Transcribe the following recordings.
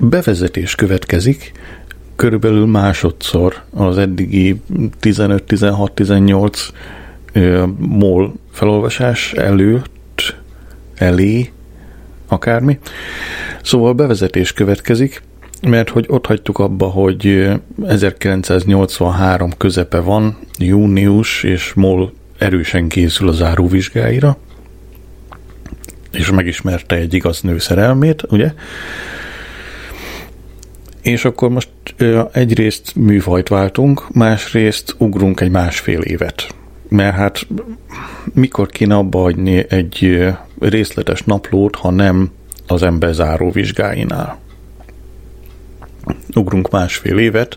Bevezetés következik, körülbelül másodszor az eddigi 15-16-18 mól felolvasás elé, akármi. Szóval bevezetés következik, mert hogy ott hagytuk abba, hogy 1983 közepe van, június, és mól erősen készül a záróvizsgáira, és megismerte egy igaz nő szerelmét, ugye? És akkor most egyrészt műfajt váltunk, másrészt ugrunk egy másfél évet. Mert hát mikor kéne abba hagyni egy részletes naplót, ha nem az ember záróvizsgáinál. Ugrunk másfél évet,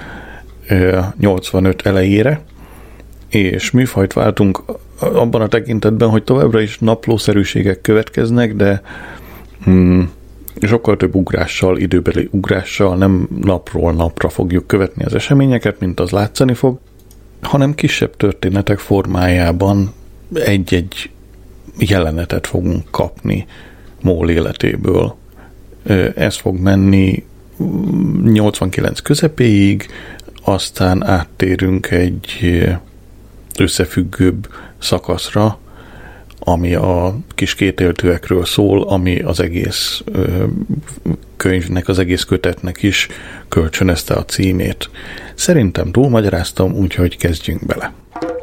85 elejére, és műfajt váltunk abban a tekintetben, hogy továbbra is naplószerűségek következnek, de sokkal több ugrással, időbeli ugrással, nem napról napra fogjuk követni az eseményeket, mint az látszani fog, hanem kisebb történetek formájában egy-egy jelenetet fogunk kapni Mól életéből. Ez fog menni 89 közepéig, aztán áttérünk egy összefüggőbb szakaszra, ami a kis kétéltőekről szól, ami az egész könyvnek, az egész kötetnek is kölcsönözte a címét. Szerintem túlmagyaráztam, úgyhogy kezdjünk bele.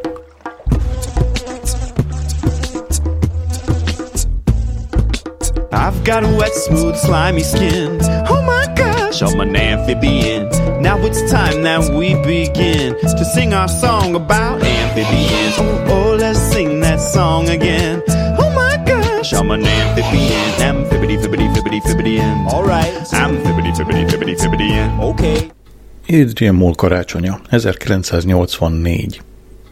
I've got a wet, smooth, slimy skin. Oh my gosh, I'm an amphibian. Now it's time that we begin to sing our song about amphibians. Oh, oh, let's sing that song again. Oh my gosh, I'm an amphibian. Amphibian. All right. Amphibian. Okay. Adrian Mole karácsonya, 1984.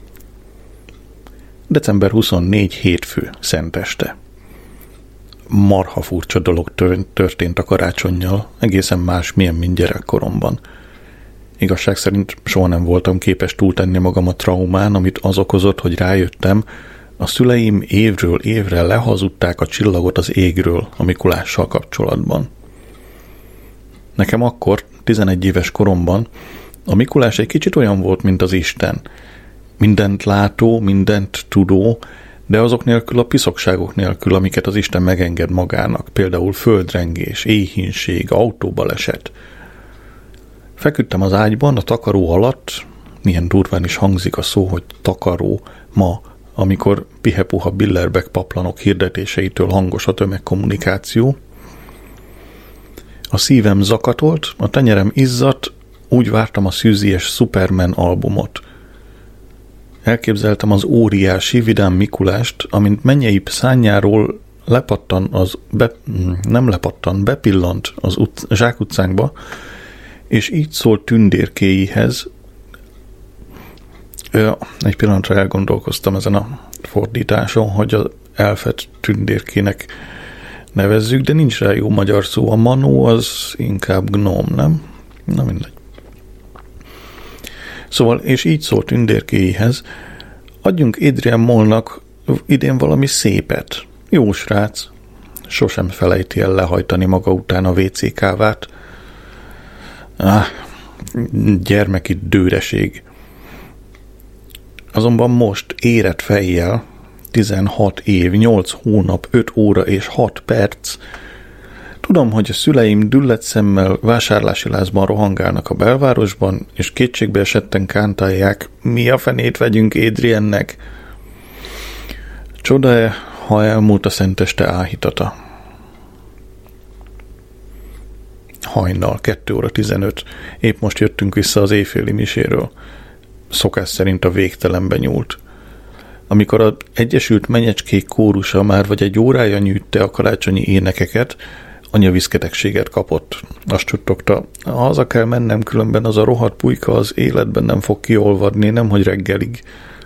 December 24, hétfő, szenteste. Marha furcsa dolog történt a karácsonnyal, egészen más, milyen mint gyerekkoromban. Igazság szerint soha nem voltam képes túltenni magam a traumán, amit az okozott, hogy rájöttem, a szüleim évről évre lehazudták a csillagot az égről a Mikulással kapcsolatban. Nekem akkor, 11 éves koromban, a Mikulás egy kicsit olyan volt, mint az Isten. Mindent látó, mindent tudó, de azok nélkül, a piszokságok nélkül, amiket az Isten megenged magának, például földrengés, éhínség, autóbaleset. Feküdtem az ágyban, a takaró alatt, milyen durván is hangzik a szó, hogy takaró ma, amikor pihepuha Billerbeck paplanok hirdetéseitől hangos a tömegkommunikáció. A szívem zakatolt, a tenyerem izzadt, úgy vártam a szűzies Superman albumot. Elképzeltem az óriási, vidám Mikulást, amint mennyei szárnyáról bepillant az zsákutcánkba, és így szólt tündérkéihez. Egy pillanatra elgondolkoztam ezen a fordításon, hogy az elfet tündérkének nevezzük, de nincs rá jó magyar szó. A manó az inkább gnóm, nem? Na mindegy. Szóval, és így szólt tündérkéihez, adjunk Adrian Mole-nak idén valami szépet. Jó srác. Sosem felejti el lehajtani maga után a WC kávát. Gyermeki dőreség. Azonban most érett fejjel, 16 év, 8 hónap, 5 óra és 6 perc. Tudom, hogy a szüleim düllett szemmel vásárlási lázban rohangálnak a belvárosban, és kétségbe esetten kántálják, mi a fenét vegyünk Adriannek. Csoda-e, ha elmúlt a szenteste áhítata. Hajnal, 2 óra 15. Épp most jöttünk vissza az éjféli miséről. Szokás szerint a végtelenbe nyúlt. Amikor az Egyesült Menyecskék kórusa már vagy egy órája nyűjtte a karácsonyi énekeket, anya viszketegséget kapott. Azt csuttogta, haza kell mennem, különben az a rohadt pulyka az életben nem fog kiolvadni, nemhogy reggelig.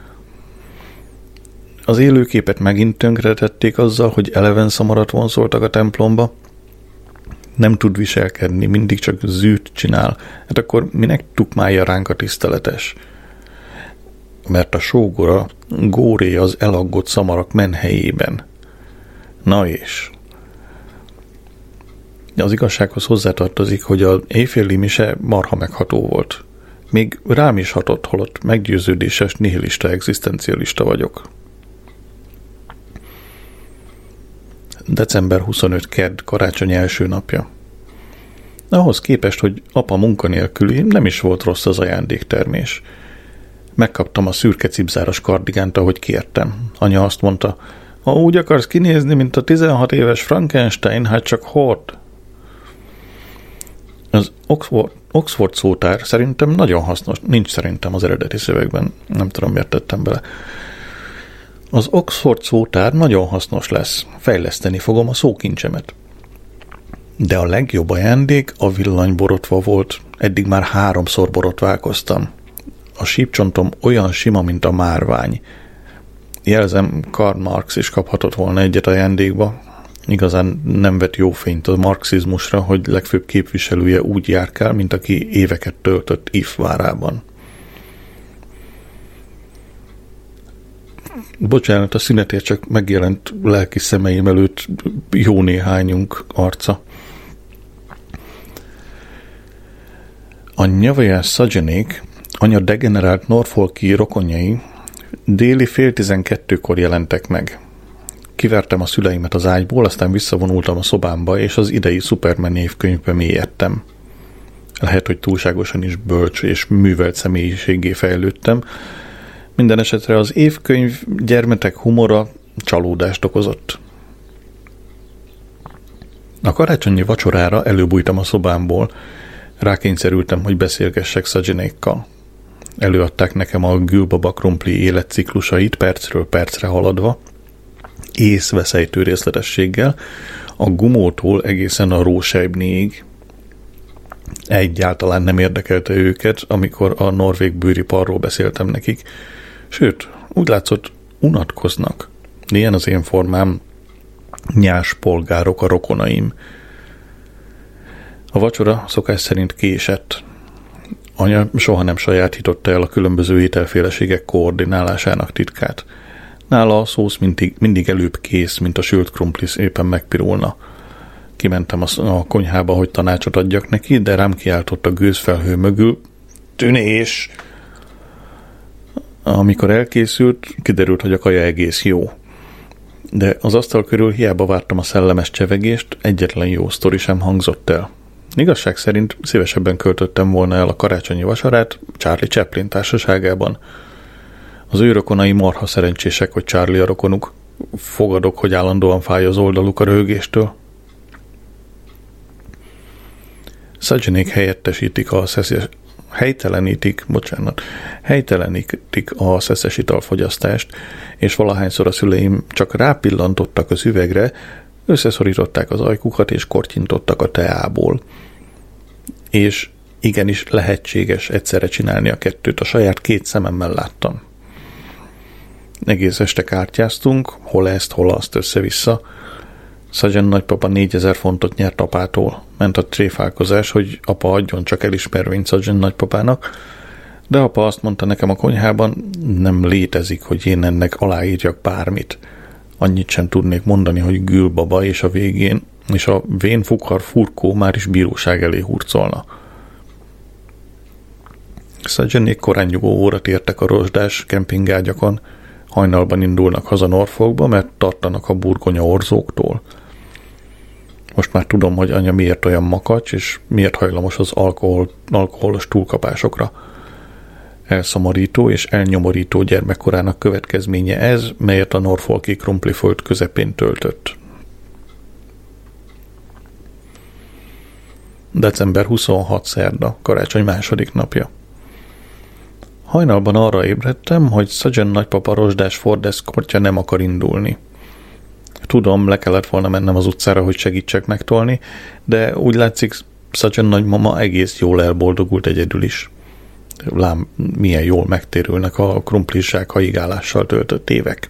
Az élőképet megint tönkretették azzal, hogy eleven szamarat vonszoltak a templomba. Nem tud viselkedni, mindig csak zűrt csinál. Hát akkor minek tukmálja ránk a tiszteletes? Mert a sógora góré az elaggott szamarak menhelyében. Na és... Az igazsághoz hozzátartozik, hogy az éjféli mise marha megható volt. Még rám is hatott, holott meggyőződéses nihilista egzisztencialista vagyok. December 25 kedd, karácsony első napja. Ahhoz képest, hogy apa munkanélküli, nem is volt rossz az ajándéktermés. Megkaptam a szürke cipzáros kardigánt, ahogy kértem. Anya azt mondta, ha úgy akarsz kinézni, mint a 16 éves Frankenstein, hát csak hord. Az Oxford szótár szerintem nagyon hasznos, nincs szerintem az eredeti szövegben, nem tudom, miért tettem bele. Az Oxford szótár nagyon hasznos lesz, fejleszteni fogom a szókincsemet. De a legjobb ajándék a villanyborotva volt, eddig már 3-szor borotválkoztam. A sípcsontom olyan sima, mint a márvány. Jelzem, Karl Marx is kaphatott volna egyet ajándékba. Igazán nem vet jó fényt a marxizmusra, hogy legfőbb képviselője úgy járkál, mint aki éveket töltött If várában. Bocsánat, a szünetért csak megjelent lelki szemeim előtt jó néhányunk arca. A nyavajás Szadzsenék, anya degenerált Norfolki rokonjai déli 11:30-kor jelentek meg. Kivertem a szüleimet az ágyból, aztán visszavonultam a szobámba, és az idei Superman évkönyvbe mélyedtem. Lehet, hogy túlságosan is bölcs és művelt személyiségé fejlődtem. Minden esetre az évkönyv gyermetek humora csalódást okozott. A karácsonyi vacsorára előbújtam a szobámból, rákényszerültem, hogy beszélgessek Szadzsenékkal. Előadták nekem a Gülbaba krumpli életciklusait percről percre haladva, észveszejtő részletességgel, a gumótól egészen a rósejbnéig. Egyáltalán nem érdekelte őket, amikor a norvég bőriparról beszéltem nekik, sőt, úgy látszott, unatkoznak. Ilyen az én formám, nyás polgárok a rokonaim. A vacsora szokás szerint késett. Anya soha nem sajátította el a különböző ételféleségek koordinálásának titkát. Nála a szósz mindig előbb kész, mint a sült krumpli éppen megpirulna. Kimentem a konyhába, hogy tanácsot adjak neki, de rám kiáltott a gőzfelhő mögül. Tűnés! Amikor elkészült, kiderült, hogy a kaja egész jó. De az asztal körül hiába vártam a szellemes csevegést, egyetlen jó sztori sem hangzott el. Igazság szerint szívesebben költöttem volna el a karácsonyi vacsorát Charlie Chaplin társaságában. Az ő rokonai marha szerencsések, hogy Charlie a rokonuk. Fogadok, hogy állandóan fáj az oldaluk a röhögéstől. Szadzsenék helytelenítik a szeszes italfogyasztást, és valahányszor a szüleim csak rápillantottak az üvegre, összeszorították az ajkukat, és kortyintottak a teából. És igenis lehetséges egyszerre csinálni a kettőt, a saját 2 szememmel láttam. Egész este kártyáztunk, hol ezt, hol azt össze-vissza. Szadzsen nagypapa 4000 fontot nyert apától. Ment a tréfálkozás, hogy apa adjon csak elismervényt Szadzsen nagypapának, de apa azt mondta nekem a konyhában, nem létezik, hogy én ennek aláírjak bármit. Annyit sem tudnék mondani, hogy Gülbaba, és a végén, és a vén fukhar furkó már is bíróság elé hurcolna. Szadzsenék korán nyugó óra tértek a rozsdás kempingágyakon, hajnalban indulnak haza Norfolkba, mert tartanak a burgonya orzóktól. Most már tudom, hogy anya miért olyan makacs, és miért hajlamos az alkoholos túlkapásokra. Elszomorító és elnyomorító gyermekkorának következménye ez, melyet a Norfolki krumpliföld közepén töltött. December 26 szerda, karácsony második napja. Hajnalban arra ébredtem, hogy Szadzsen nagypapa rozsdás Ford Escortja nem akar indulni. Tudom, le kellett volna mennem az utcára, hogy segítsek megtolni, de úgy látszik, Szadzsen nagymama egész jól elboldogult egyedül is. Lám, milyen jól megtérülnek a krumplizsák haigálással töltött évek.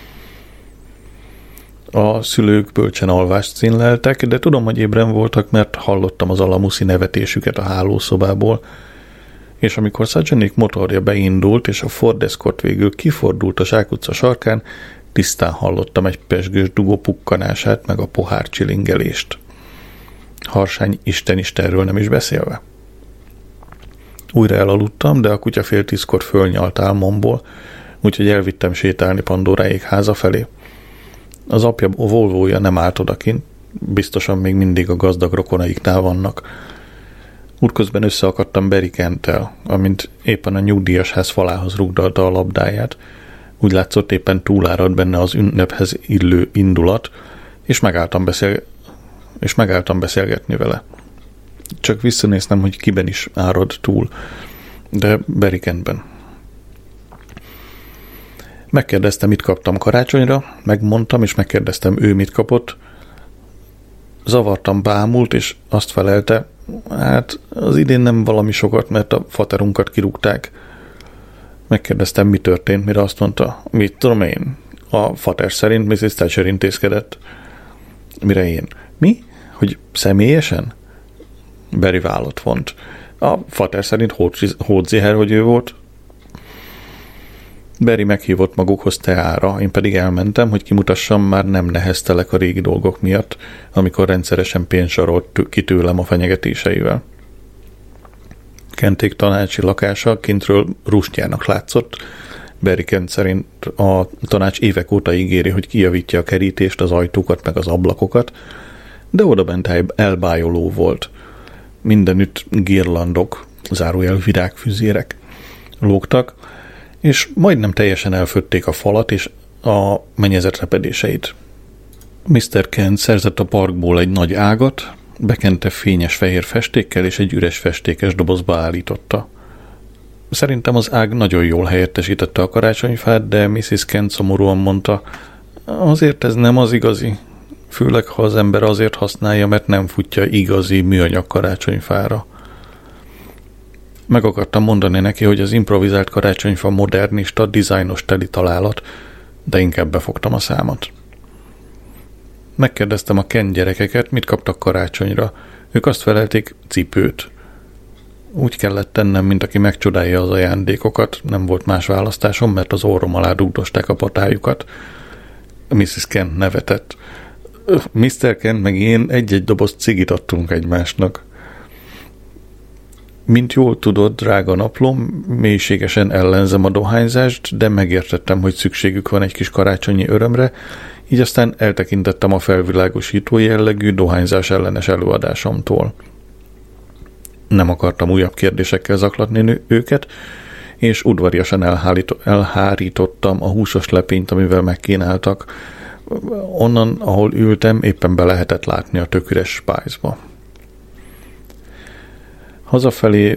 A szülők bölcsen alvást színleltek, de tudom, hogy ébren voltak, mert hallottam az alamuszi nevetésüket a hálószobából, és amikor Szadzsenék motorja beindult, és a Ford Escort végül kifordult a zsákutca sarkán, tisztán hallottam egy pezsgős dugó pukkanását, meg a pohár csilingelést. Harsány Istenről nem is beszélve. Újra elaludtam, de a kutya 9:30 fölnyalt álmomból, úgyhogy elvittem sétálni Pandoráék háza felé. Az apja Volvója nem állt odakint, biztosan még mindig a gazdag rokonaiknál vannak. Útközben összeakadtam Barry Kenttel, amint éppen a nyugdíjasház falához rugdalta a labdáját. Úgy látszott, éppen túlárad benne az ünnephez illő indulat, és megálltam beszélgetni vele. Csak visszanéztem, hogy kiben is árad túl, de Barry Kentben. Megkérdeztem, mit kaptam karácsonyra, megmondtam, és megkérdeztem, ő mit kapott. Zavartam, bámult, és azt felelte, hát az idén nem valami sokat, mert a faterunkat kirúgták. Megkérdeztem, mi történt, mire azt mondta, mit tudom én, a fater szerint Mrs. Thatcher intézkedett. Mire én, mi? Hogy személyesen? Barry vállat vont. A fater szerint hódziher, hogy ő volt. Barry meghívott magukhoz teára, én pedig elmentem, hogy kimutassam, már nem neheztelek a régi dolgok miatt, amikor rendszeresen pénzt zsarolt ki tőlem a fenyegetéseivel. Kenték tanácsi lakása kintről rustjának látszott. Barry Kent szerint a tanács évek óta ígéri, hogy kijavítja a kerítést, az ajtókat meg az ablakokat, de odabent elbájoló volt. Mindenütt girlandok, zárójel virágfüzérek lógtak, és majdnem teljesen elfötték a falat és a mennyezet repedéseit. Mr. Kent szerzett a parkból egy nagy ágat, bekente fényes fehér festékkel, és egy üres festékes dobozba állította. Szerintem az ág nagyon jól helyettesítette a karácsonyfát, de Mrs. Kent szomorúan mondta, azért ez nem az igazi, főleg ha az ember azért használja, mert nem futja igazi műanyag karácsonyfára. Meg akartam mondani neki, hogy az improvizált karácsonyfa modernista, dizájnos teli találat, de inkább befogtam a számat. Megkérdeztem a Kent gyerekeket, mit kaptak karácsonyra. Ők azt felelték, cipőt. Úgy kellett tennem, mint aki megcsodálja az ajándékokat, nem volt más választásom, mert az orrom alá dugdosták a patájukat. Mrs. Kent nevetett. Mr. Kent meg én egy-egy doboz cigit adtunk egymásnak. Mint jól tudod, drága naplom, mélységesen ellenzem a dohányzást, de megértettem, hogy szükségük van egy kis karácsonyi örömre, így aztán eltekintettem a felvilágosító jellegű dohányzás ellenes előadásomtól. Nem akartam újabb kérdésekkel zaklatni őket, és udvariasan elhárítottam a húsos lepényt, amivel megkínáltak. Onnan, ahol ültem, éppen be lehetett látni a tök üres spájzba. Hazafelé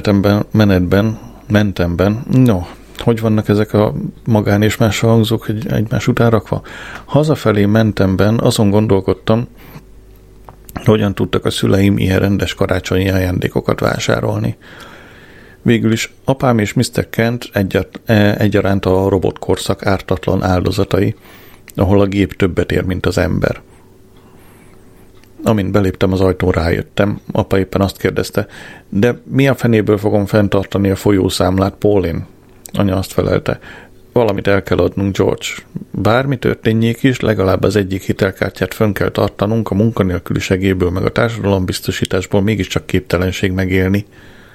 menetemben, hogy vannak ezek a magán és más hangzók egymás után rakva? Hazafelé mentemben azon gondolkodtam, hogyan tudtak a szüleim ilyen rendes karácsonyi ajándékokat vásárolni. Végül is apám és Mr. Kent egyaránt a robotkorszak ártatlan áldozatai, ahol a gép többet ér, mint az ember. Amint beléptem az ajtón, rájöttem. Apa éppen azt kérdezte, de mi a fenéből fogom fenntartani a folyószámlát, Pauline? Anya azt felelte, valamit el kell adnunk, George. Bármi történjék is, legalább az egyik hitelkártyát fönn kell tartanunk, a munkanélküli segélyből meg a társadalombiztosításból mégiscsak képtelenség megélni.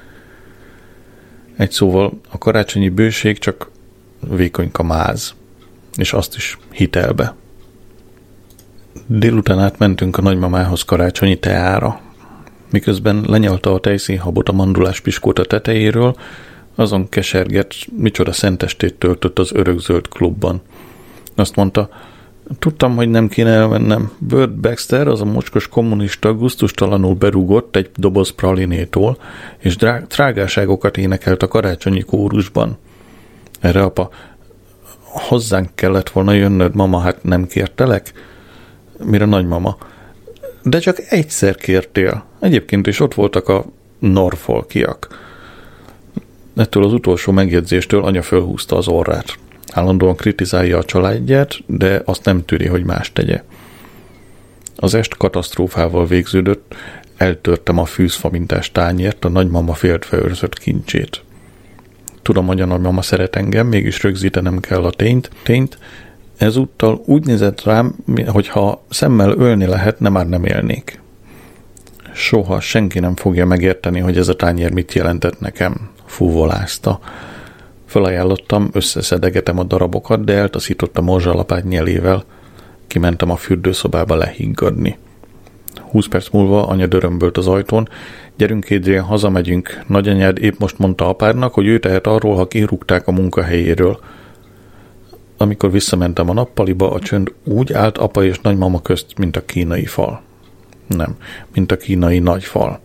Egy szóval a karácsonyi bőség csak vékonyka máz, és azt is hitelbe. Délután át mentünk a nagymamához karácsonyi teára. Miközben lenyalta a tejszínhabot a mandulás piskóta tetejéről, azon kesergett, micsoda szentestét töltött az örökzöld klubban. Azt mondta, tudtam, hogy nem kéne elmennem. Burt Baxter, az a mocskos kommunista gusztustalanul berúgott egy doboz pralinétól, és trágáságokat énekelt a karácsonyi kórusban. Erre apa, hozzánk kellett volna jönnöd, mama, hát nem kértelek? Mire nagymama, de csak egyszer kértél. Egyébként is ott voltak a Norfolkiak. Ettől az utolsó megjegyzéstől anya fölhúzta az orrát. Állandóan kritizálja a családját, de azt nem tűri, hogy más tegye. Az est katasztrófával végződött, eltörtem a fűzfamintás tányért, a nagymama féltve őrzött kincsét. Tudom, hogy a nagymama szeret engem, mégis rögzítenem kell a tényt. Ezúttal úgy nézett rám, hogy ha szemmel ölni lehetne, már nem élnék. Soha senki nem fogja megérteni, hogy ez a tányér mit jelentett nekem, fuvolázta. Felajánlottam, összeszedegetem a darabokat, de eltaszított a morzsalapát nyelével. Kimentem a fürdőszobába lehiggadni. 20 perc múlva anya dörömbölt az ajtón. Gyerünk, Adrian, hazamegyünk. Nagyanyád épp most mondta apádnak, hogy ő tehet arról, ha kirúgták a munkahelyéről. Amikor visszamentem a nappaliba, a csönd úgy állt apa és nagymama közt, mint a kínai fal. Nem, mint a kínai nagyfal.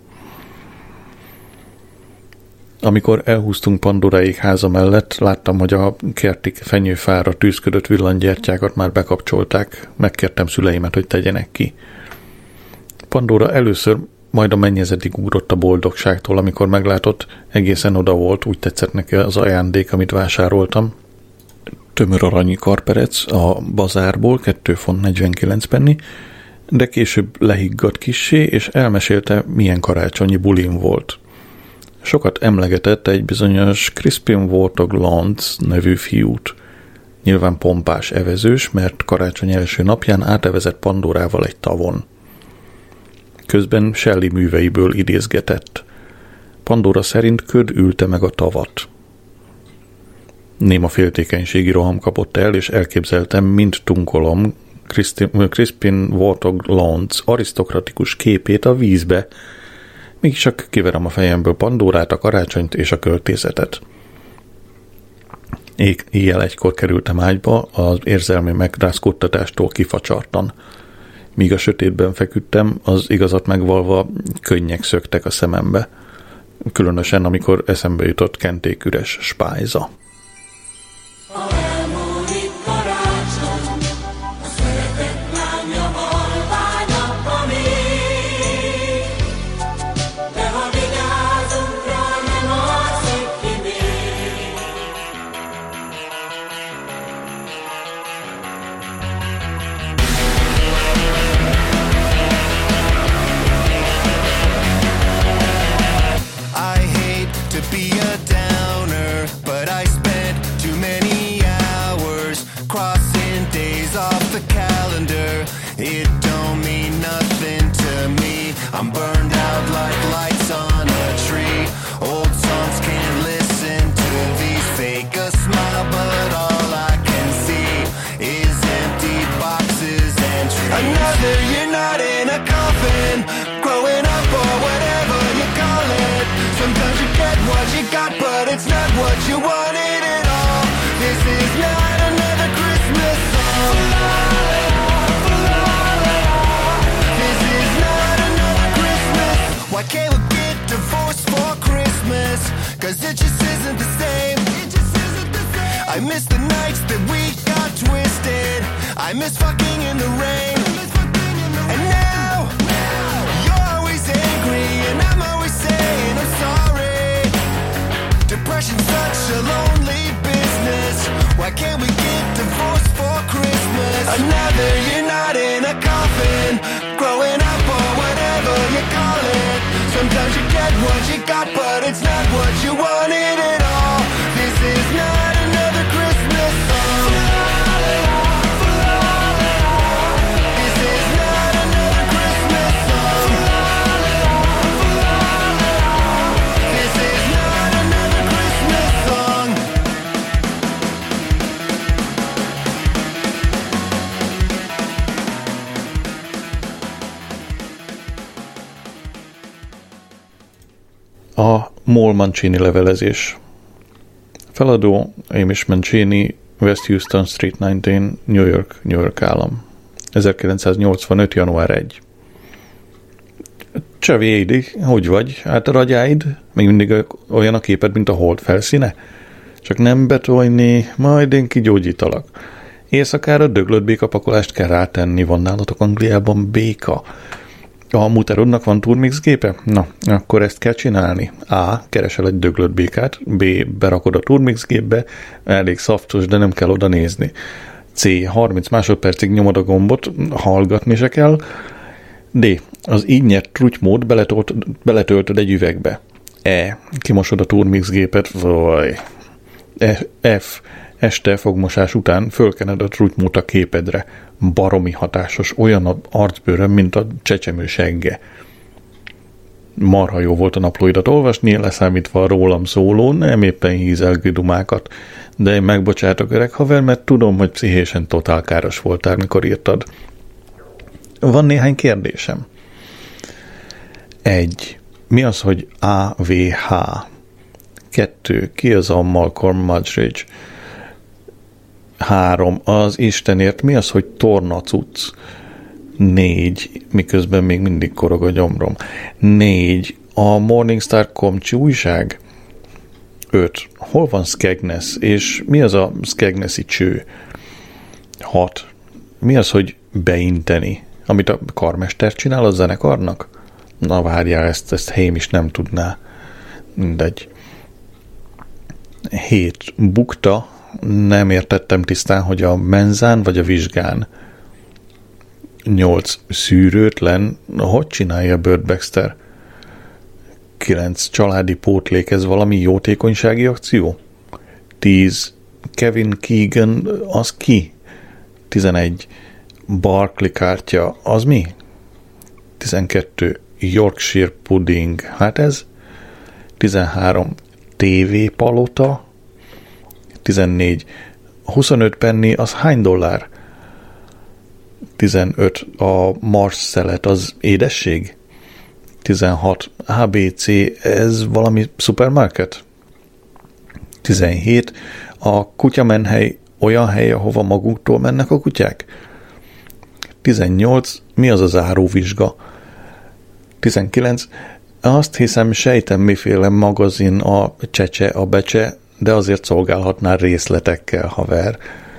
Amikor elhúztunk Pandoráék háza mellett, láttam, hogy a kerti fenyőfára tűzködött villanygyertyákat már bekapcsolták. Megkértem szüleimet, hogy tegyenek ki. Pandora először, majd a mennyezetig ugrott a boldogságtól, amikor meglátott, egészen oda volt, úgy tetszett neki az ajándék, amit vásároltam. Tömör aranyi karperec a bazárból, 2 font 49 penny, de később lehiggadt kissé, és elmesélte, milyen karácsonyi bulin volt. Sokat emlegetett egy bizonyos Crispin Warthog Lawns nevű fiút. Nyilván pompás evezős, mert karácsony első napján átevezett Pandorával egy tavon. Közben Shelley műveiből idézgetett. Pandora szerint köd ülte meg a tavat. Néma féltékenységi roham kapott el, és elképzeltem, mint tunkolom Crispin Warthog Lawns arisztokratikus képét a vízbe, még csak kiverem a fejemből Pandorát, a karácsonyt és a költészetet. Éjjel egykor kerültem ágyba, az érzelmi megrázkódtatástól kifacsartan. Míg a sötétben feküdtem, az igazat megvalva könnyek szöktek a szemembe. Különösen, amikor eszembe jutott kentéküres spájza. I miss the nights that we got twisted. I miss fucking in the rain. And now you're always angry and I'm always saying I'm sorry. Depression's such a lonely business. Why can't we get divorced for Christmas? Another year not in a coffin, growing up or whatever you call it. Sometimes you get what you got, but it's not what you wanted at all. This is not another Christmas song. This is not another Christmas song. This is not another Christmas song. A Mol Mancini levelezés. Feladó Amish Mancini, West Houston Street 19, New York állam. 1985. január 1. Csavi Édi, hogy vagy? Hát a ragyáid? Még mindig olyan a képed, mint a hold felszíne? Csak nem betolni, majd én kigyógyítalak. Éjszakára döglött békapakolást kell rátenni, van nálatok Angliában béka. A muterodnak van turmix gépe? Na, akkor ezt kell csinálni. A. Keresel egy döglött békát. B. Berakod a turmix gépbe. Elég szaftos, de nem kell oda nézni. C. 30 másodpercig nyomod a gombot, hallgatni se kell. D. Az így nyert trutymód beletöltöd egy üvegbe. E. Kimosod a turmix gépet. Vaj. F. Este fogmosás után fölkened a trutymót a képedre. Baromi hatásos, olyan az arcbőröm, mint a csecsemő segge. Marha jó volt a naplóidat olvasni, leszámítva a rólam szóló, nem éppen hízelgő dumákat, de én megbocsátok, öreg haver, mert tudom, hogy pszichésen totál káros voltál, mikor írtad. Van néhány kérdésem. 1. Mi az, hogy AVH? 2. Ki az a Malcolm Muggeridge? 3. Az Istenért mi az, hogy tornacucc? 4. Miközben még mindig korog a gyomrom. 4. A Morningstar komcsi újság? 5. Hol van Skegness, és mi az a Skegness-i cső? 6. Mi az, hogy beinteni? Amit a karmester csinál a zenekarnak? Na várjál, ezt Hém is nem tudná. Mindegy. 7. Bukta. Nem értettem tisztán, hogy a menzán vagy a vizsgán. 8. Szűrőtlen. Hogy csinálja Burt Baxter? 9. Családi pótlék, ez valami jótékonysági akció? 10. Kevin Keegan, az ki? 11. Barkley kártya, az mi? 12. Yorkshire pudding, hát ez? 13. TV palota? 14. 25 penny, az hány dollár? 15. A Mars szelet, az édesség? 16. ABC, ez valami szupermarket? 17. A kutyamenhely olyan hely, ahova maguktól mennek a kutyák? 18. Mi az a záróvizsga? 19. Azt hiszem, sejtem, miféle magazin a Csecse, a Becse, de azért szolgálhatnál részletekkel, haver.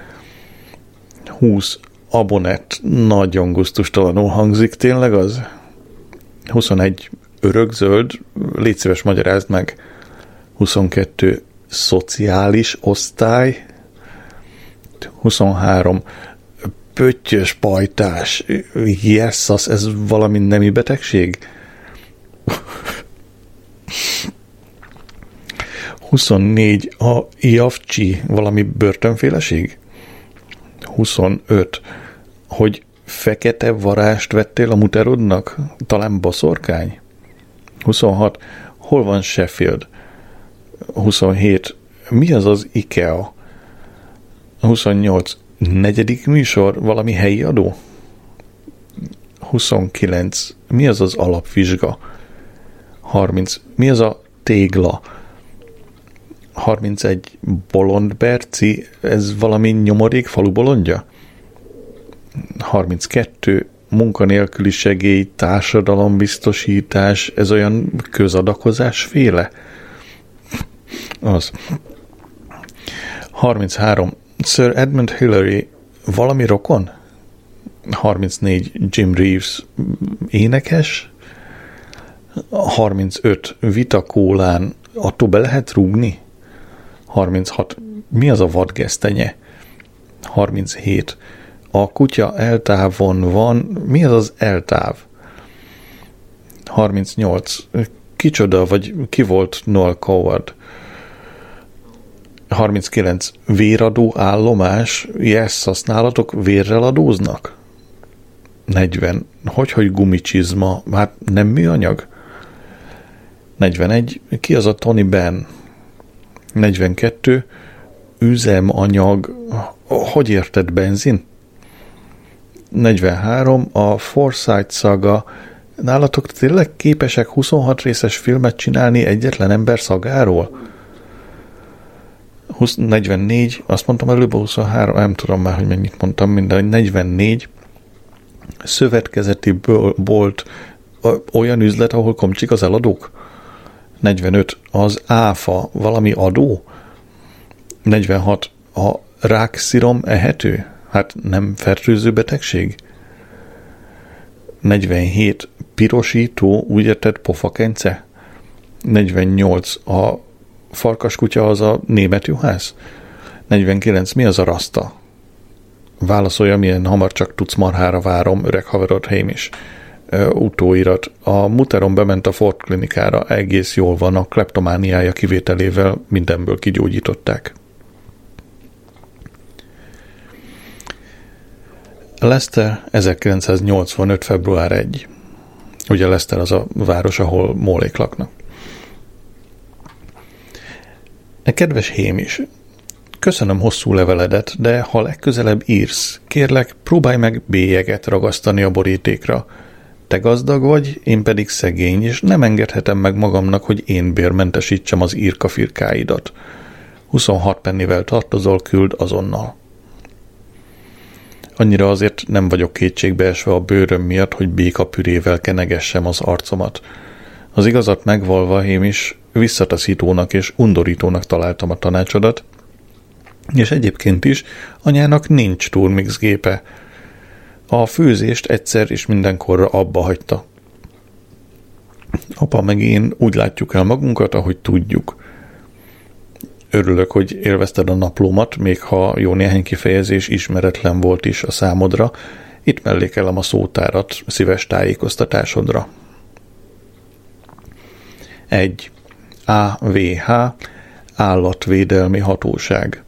20. Abonett, nagyon gusztustalanul hangzik, tényleg az? 21. Örökzöld, légy szíves, magyarázd meg. 22. Szociális osztály. 23. Pöttyös pajtás. Jesszasz, ez valami nemi betegség? 24. A Iavcsi, valami börtönféleség? 25. Hogy fekete varást vettél a muterodnak? Talán boszorkány? 26. Hol van Sheffield? 27. Mi az az IKEA? 28. Negyedik műsor, valami helyi adó? 29. Mi az az alapvizsga? 30. Mi az a tégla? 31. Bolond Berci, ez valami nyomorék falu bolondja? 32. Munkanélküli segély, társadalombiztosítás, ez olyan közadakozás féle? Az. 33. Sir Edmund Hillary, valami rokon? 34. Jim Reeves, énekes? 35. Vita kólán, attól be lehet rúgni? 36. Mi az a vadgesztenye? 37. A kutya eltávon van. Mi az az eltáv? 38. Kicsoda, vagy ki volt Noel Coward? 39. Véradó állomás. Yes, azt nálatok vérrel adóznak? 40. Hogy gumicsizma? Hát nem műanyag? 41. Ki az a Tony Benn? 42. Üzemanyag. Hogy érted, benzin? 43. A Forsyth szaga. Nálatok tényleg képesek 26 részes filmet csinálni egyetlen ember szagáról? 44. Azt mondtam előbb a 23. Nem tudom már, hogy mennyit mondtam, minden. 44. Szövetkezeti bolt. Olyan üzlet, ahol komcsik az eladók? 45. Az áfa, valami adó? 46. A rákszirom ehető? Hát nem fertőző betegség? 47. Pirosító, úgy érted, pofakence? 48. A farkaskutya az a német juhász? 49. Mi az a raszta? Válaszolja, milyen hamar csak tudsz, marhára várom, öreg haverod Hamish. Utóirat. A muteron bement a Ford klinikára, egész jól van, a kleptomániája kivételével mindenből kigyógyították. Leicester, 1985. február 1. Ugye Leicester az a város, ahol mólék laknak. Kedves Hémis, köszönöm hosszú leveledet, de ha legközelebb írsz, kérlek, próbálj meg bélyeget ragasztani a borítékra. Te gazdag vagy, én pedig szegény, és nem engedhetem meg magamnak, hogy én bérmentesítsem az írkafirkáidat. 26 pennivel tartozol, küld azonnal. Annyira azért nem vagyok kétségbeesve a bőröm miatt, hogy békapürével kenegessem az arcomat. Az igazat megvalva, Hémis, visszataszítónak és undorítónak találtam a tanácsodat, és egyébként is anyának nincs turmix gépe. A főzést egyszer és mindenkorra abba hagyta. Apa meg én úgy látjuk el magunkat, ahogy tudjuk. Örülök, hogy élvezted a naplómat, még ha jó néhány kifejezés ismeretlen volt is a számodra. Itt mellékelem a szótárat szíves tájékoztatásodra. 1. AVH Állatvédelmi Hatóság.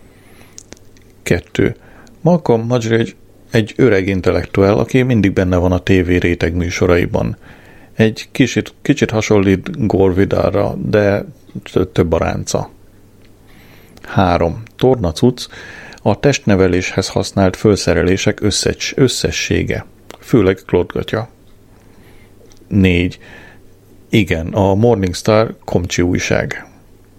2. Malcolm Muggeridge egy öreg intellektuál, aki mindig benne van a TV réteg műsoraiban. Egy kicsit hasonlít Gore Vidalra, de több a ránca. 3. Torna cucc a testneveléshez használt fölszerelések összessége, főleg klótgatya. 4. Igen, a Morning Star komcsi újság.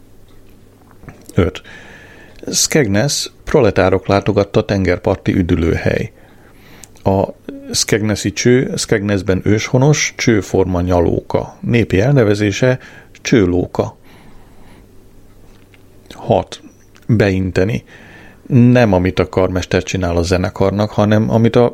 5. Skegness proletárok látogatta tengerparti üdülőhely. A Skegnesszi cső, Skegnessben őshonos, csőforma nyalóka. Népi elnevezése csőlóka. 6. Beinteni. Nem amit a karmester csinál a zenekarnak, hanem amit a...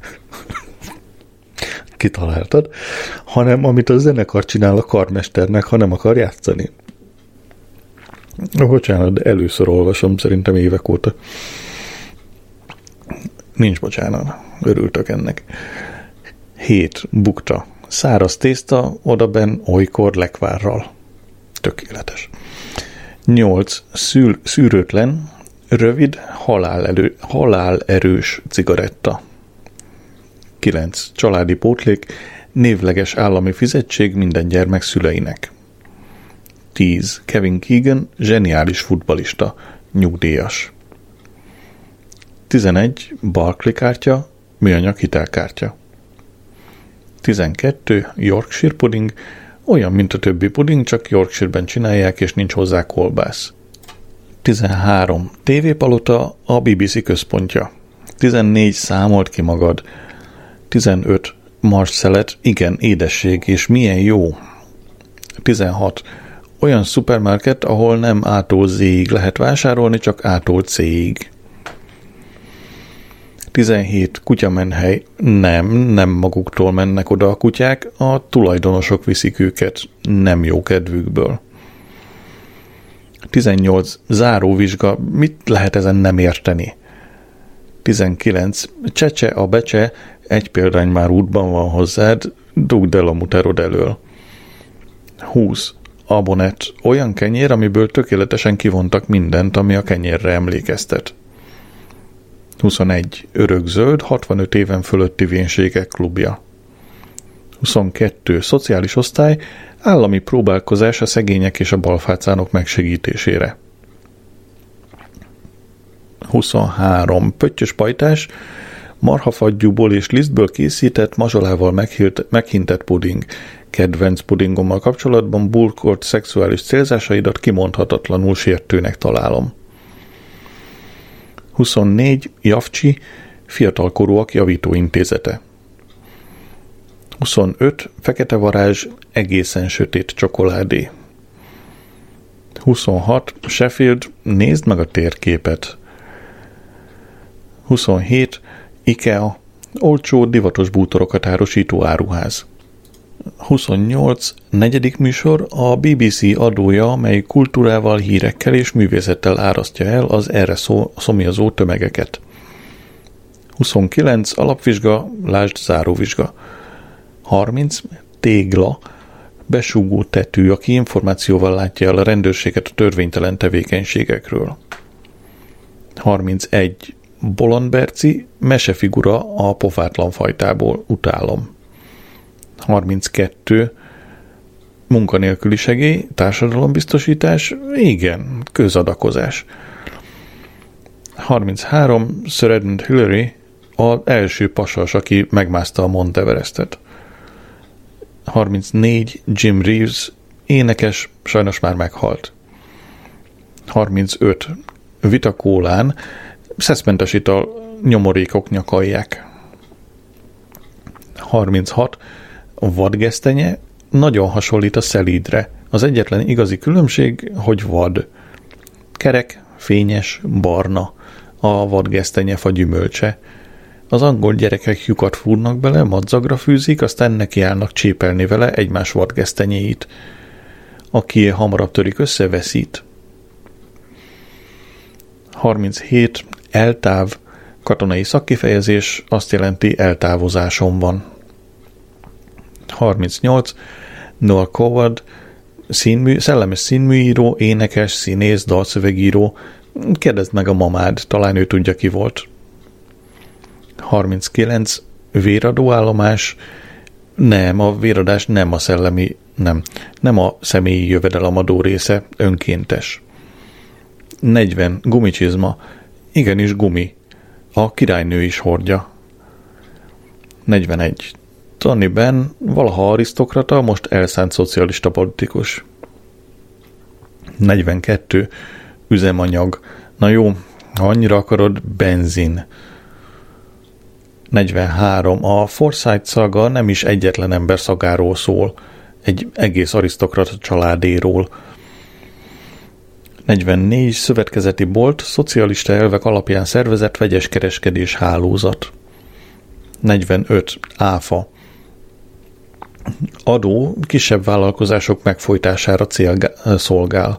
Kitaláltad? Hanem amit a zenekar csinál a karmesternek, ha nem akar játszani. Bocsánat, de először olvasom, szerintem évek óta. Nincs bocsánat, örültök ennek. 7. Bukta. Száraz tészta, odaben olykor lekvárral. Tökéletes. 8. Szűrőtlen, rövid, halálerős cigaretta. 9. Családi pótlék, névleges állami fizetség minden gyermek szüleinek. 10. Kevin Keegan, zseniális futballista, nyugdíjas. 11. Barclay kártya, műanyag hitelkártya. 12. Yorkshire pudding, olyan, mint a többi puding, csak Yorkshire-ben csinálják, és nincs hozzá kolbász. 13. TV-palota, a BBC központja. 14. Számold ki magad. 15. Marsszelet, igen, édesség, és milyen jó. 16. Olyan szupermarket, ahol nem A-tól Z-ig lehet vásárolni, csak A-tól C-ig. 17. Kutyamenhely. Nem maguktól mennek oda a kutyák, a tulajdonosok viszik őket, nem jó kedvükből. 18. Záróvizsga. Mit lehet ezen nem érteni? 19. Csecse a becse, egy példány már útban van hozzád, dugd el a muterod elől. 20. Abonett. Olyan kenyér, amiből tökéletesen kivontak mindent, ami a kenyérre emlékeztet. 21. Örökzöld, 65 éven fölötti vénségek klubja. 22. Szociális osztály, állami próbálkozás a szegények és a balfácánok megsegítésére. 23. Pöttyös pajtás, marhafagyúból és lisztből készített, mazsolával meghintett puding. Kedvenc pudingommal kapcsolatban burkolt szexuális célzásaidat kimondhatatlanul sértőnek találom. 24. Javcsi, fiatalkorúak javítóintézete. 25. Fekete varázs, egészen sötét csokoládé. 26. Sheffield, nézd meg a térképet. 27. IKEA, olcsó, divatos bútorokat árusító áruház. 28. Negyedik műsor, a BBC adója, mely kultúrával, hírekkel és művészettel árasztja el az erre szomjazó tömegeket. 29. Alapvizsga, lásd záróvizsga. 30. Tégla, besúgó tetű, aki információval látja el a rendőrséget a törvénytelen tevékenységekről. 31. Bolond Berci, mesefigura a pofátlan fajtából, utálom. 32. Munkanélküli segély, társadalombiztosítás, igen, közadakozás. 33. Sir Edmund Hillary, az első pasas, aki megmászta a Mount Everestet. 34. Jim Reeves, énekes, sajnos már meghalt. 35. Vita Kólán, szeszmentes ital, nyomorékok nyakalják. 36. Vadgesztenye, nagyon hasonlít a szelídre. Az egyetlen igazi különbség, hogy vad. Kerek, fényes, barna a vadgesztenyefa gyümölcse. Az angol gyerekek lyukat fúrnak bele, madzagra fűzik, aztán nekiállnak csépelni vele egymás vadgesztenyéit. Aki hamarabb törik össze, veszít. 37. Eltáv, katonai szakkifejezés, azt jelenti eltávozásom van. 38. Noel Coward, szellemes színműíró, énekes, színész, dalszövegíró. Kérdezd meg a mamád, talán ő tudja, ki volt. 39. Véradóállomás. Nem, a véradás nem a nem a személyi jövedelemadó része, önkéntes. 40. Gumicsizma. Igenis gumi. A királynő is hordja. 41. Tony Benn, valaha arisztokrata, most elszánt szocialista politikus. 42. Üzemanyag. Na jó, ha annyira akarod, benzin. 43. A Forsyth szaga nem is egyetlen ember szagáról szól, egy egész arisztokrata családéról. 44. Szövetkezeti bolt, szocialista elvek alapján szervezett vegyes kereskedés hálózat. 45. Áfa. Adó kisebb vállalkozások megfojtására szolgál.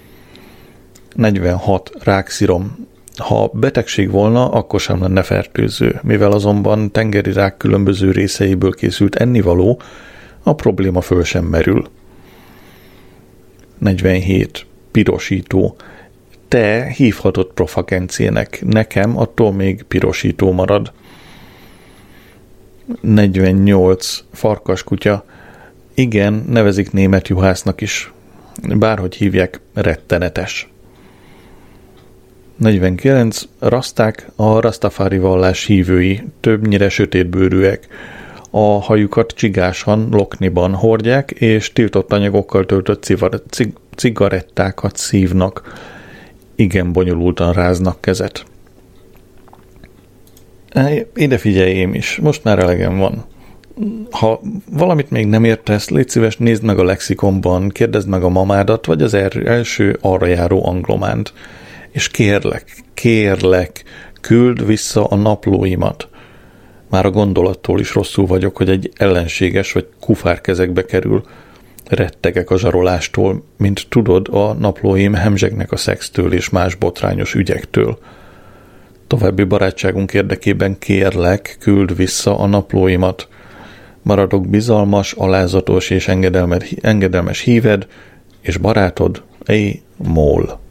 46. Rákszirom. Ha betegség volna, akkor sem lenne fertőző, mivel azonban tengeri rák különböző részeiből készült ennivaló, a probléma föl sem merül. 47. Pirosító. Te hívhatod profagencének, nekem attól még pirosító marad. 48. Farkaskutya. Igen, nevezik német juhásznak is. Bárhogy hívják, rettenetes. 49. Raszták, a rastafári vallás hívői, többnyire sötétbőrűek. A hajukat csigásan, lokniban hordják, és tiltott anyagokkal töltött cigarettákat szívnak. Igen bonyolultan ráznak kezet. Ide figyelj én is, most már elegem van. Ha valamit még nem értesz, légy szíves, nézd meg a lexikonban, kérdezd meg a mamádat, vagy az első arra járó anglománt. És kérlek, küld vissza a naplóimat. Már a gondolattól is rosszul vagyok, hogy egy ellenséges vagy kufár kezekbe kerül. Rettegek a zsarolástól, mint tudod, a naplóim hemzsegnek a szextől és más botrányos ügyektől. További barátságunk érdekében kérlek, küld vissza a naplóimat. Maradok bizalmas, alázatos és engedelmes híved, és barátod, Mól.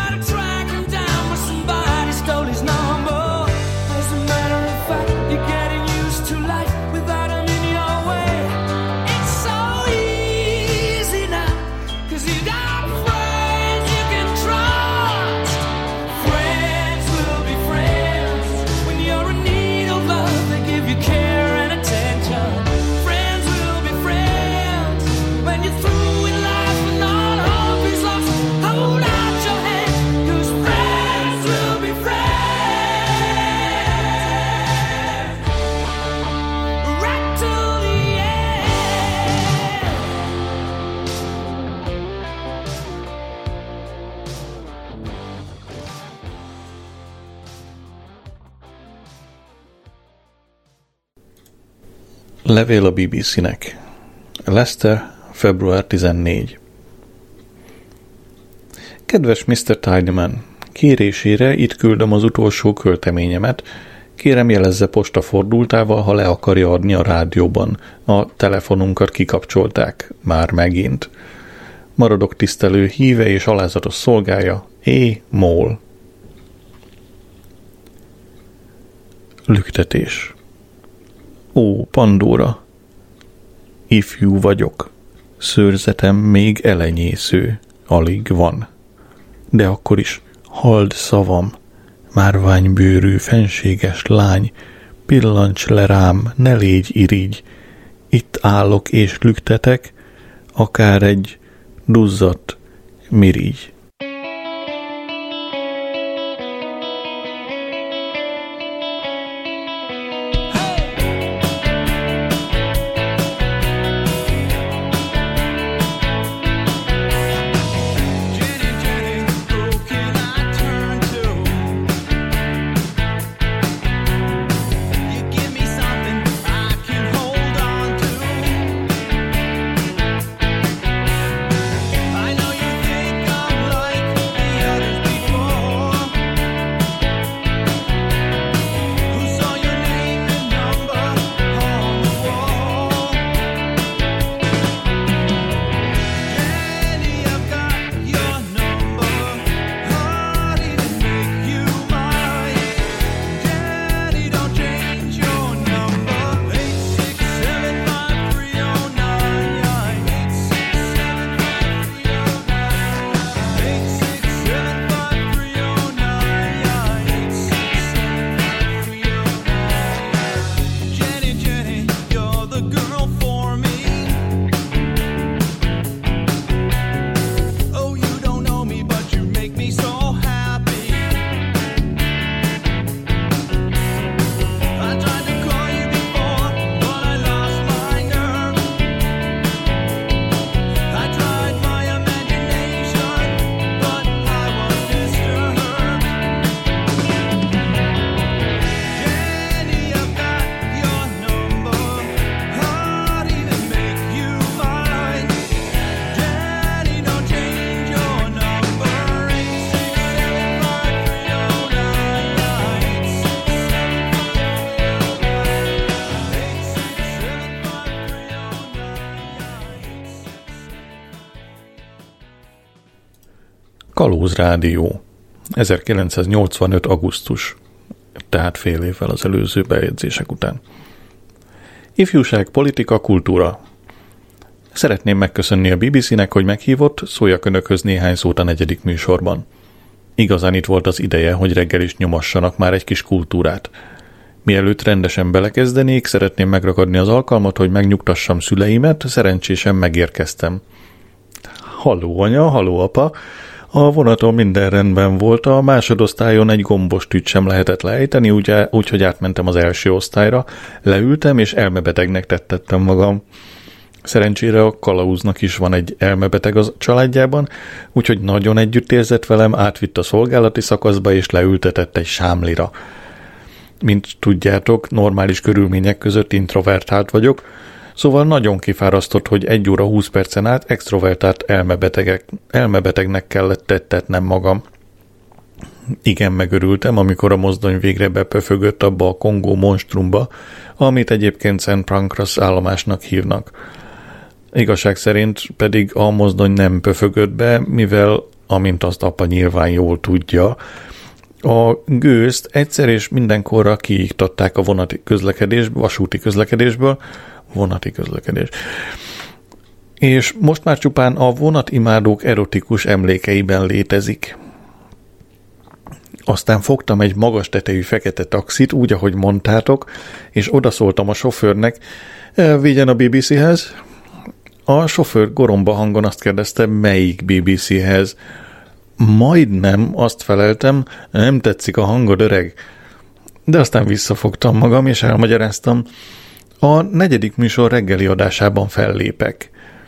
You get Levél a BBC-nek. Leicester, február 14. Kedves Mr. Tidyman, kérésére itt küldöm az utolsó költeményemet. Kérem jelezze postafordultával, ha le akarja adni a rádióban. A telefonunkat kikapcsolták. Már megint. Maradok tisztelő híve és alázatos szolgája. Mól. Lüktetés. Ó, Pandóra! Ifjú vagyok. Szőrzetem még elenyésző. Alig van. De akkor is halld szavam, márványbőrű, fenséges lány, pillancs le rám, ne légy irigy. Itt állok és lüktetek, akár egy duzzadt mirigy. Kalóz Rádió. 1985. augusztus. Tehát fél évvel az előző bejegyzések után. Ifjúság, politika, kultúra. Szeretném megköszönni a BBC-nek, hogy meghívott, szóljak önökhöz néhány szót a 4. műsorban. Igazán itt volt az ideje, hogy reggel is nyomassanak már egy kis kultúrát. Mielőtt rendesen belekezdenék, szeretném megragadni az alkalmat, hogy megnyugtassam szüleimet, szerencsésen megérkeztem. Halló anya, halló apa! A vonaton minden rendben volt, a másodosztályon egy gombostűt sem lehetett lejteni, úgyhogy átmentem az első osztályra, leültem és elmebetegnek tettettem magam. Szerencsére a kalauznak is van egy elmebeteg a családjában, úgyhogy nagyon együtt érzett velem, átvitt a szolgálati szakaszba és leültetett egy sámlira. Mint tudjátok, normális körülmények között introvertált vagyok, szóval nagyon kifárasztott, hogy 1 óra 20 percen át extrovertált elmebetegnek kellett tettetnem magam. Igen, megörültem, amikor a mozdony végre bepöfögött abba a Kongó monstrumba, amit egyébként Szent Pancras állomásnak hívnak. Igazság szerint pedig a mozdony nem pöfögött be, mivel, amint azt apa nyilván jól tudja, a gőzt egyszer és mindenkorra kiiktatták a vasúti közlekedésből, vonati közlekedés. És most már csupán a vonatimádók erotikus emlékeiben létezik. Aztán fogtam egy magas tetejű fekete taxit, úgy, ahogy mondtátok, és odaszóltam a sofőrnek, vigyen a BBC-hez. A sofőr goromba hangon azt kérdezte, melyik BBC-hez. Majdnem azt feleltem, nem tetszik a hangod, öreg. De aztán visszafogtam magam, és elmagyaráztam, a 4. műsor reggeli adásában fellépek.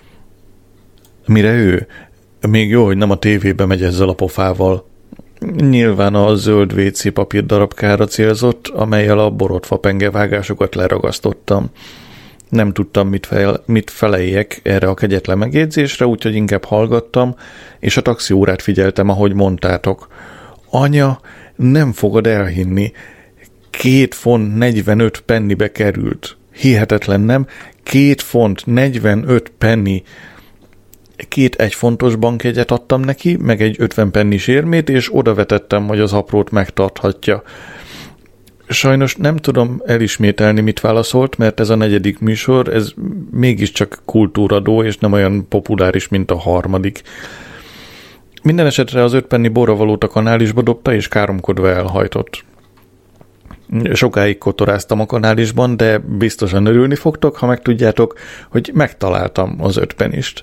Mire ő? Még jó, hogy nem a tévébe megy ezzel a pofával. Nyilván a zöld WC papír darabkára célzott, amellyel a borotva pengevágásokat leragasztottam. Nem tudtam, mit feleljek erre a kegyetlen megjegyzésre, úgyhogy inkább hallgattam, és a taxiórát figyeltem, ahogy mondtátok. Anya, nem fogod elhinni, 2 font 45 pennibe került. Hihetetlen, nem? 2 font 45 penny. 2 1 fontos bankjegyet adtam neki, meg egy 50 pennis érmét, és odavetettem, hogy az aprót megtarthatja. Sajnos nem tudom elismételni, mit válaszolt, mert ez a 4. műsor, ez mégiscsak kultúradó, és nem olyan populáris, mint a 3. Minden esetre az 5 penny borravalót a kanálisba dobta, és káromkodva elhajtott. Sokáig kotoráztam a kanálisban, de biztosan örülni fogtok, ha megtudjátok, hogy megtaláltam az 5 pennist.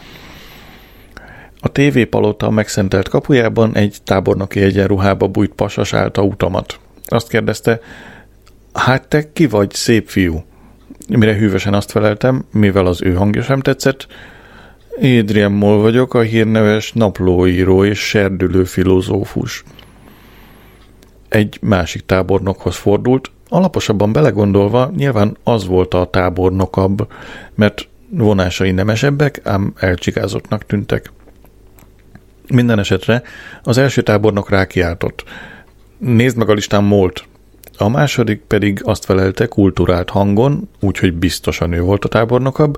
A tévépalota megszentelt kapujában egy tábornoki egyenruhába bújt pasas állt a utamat. Azt kérdezte, hát te ki vagy, szép fiú? Mire hűvösen azt feleltem, mivel az ő hangja sem tetszett, Adrian Moll vagyok, a hírneves naplóíró és serdülő filozófus. Egy másik tábornokhoz fordult, alaposabban belegondolva nyilván az volt a tábornokabb, mert vonásai nemesebbek, ám elcsigázottnak tűntek. Minden esetre az első tábornok rákiáltott. Nézd meg a listán Mollt. A második pedig azt felelte kulturált hangon, úgyhogy biztosan ő volt a tábornokabb.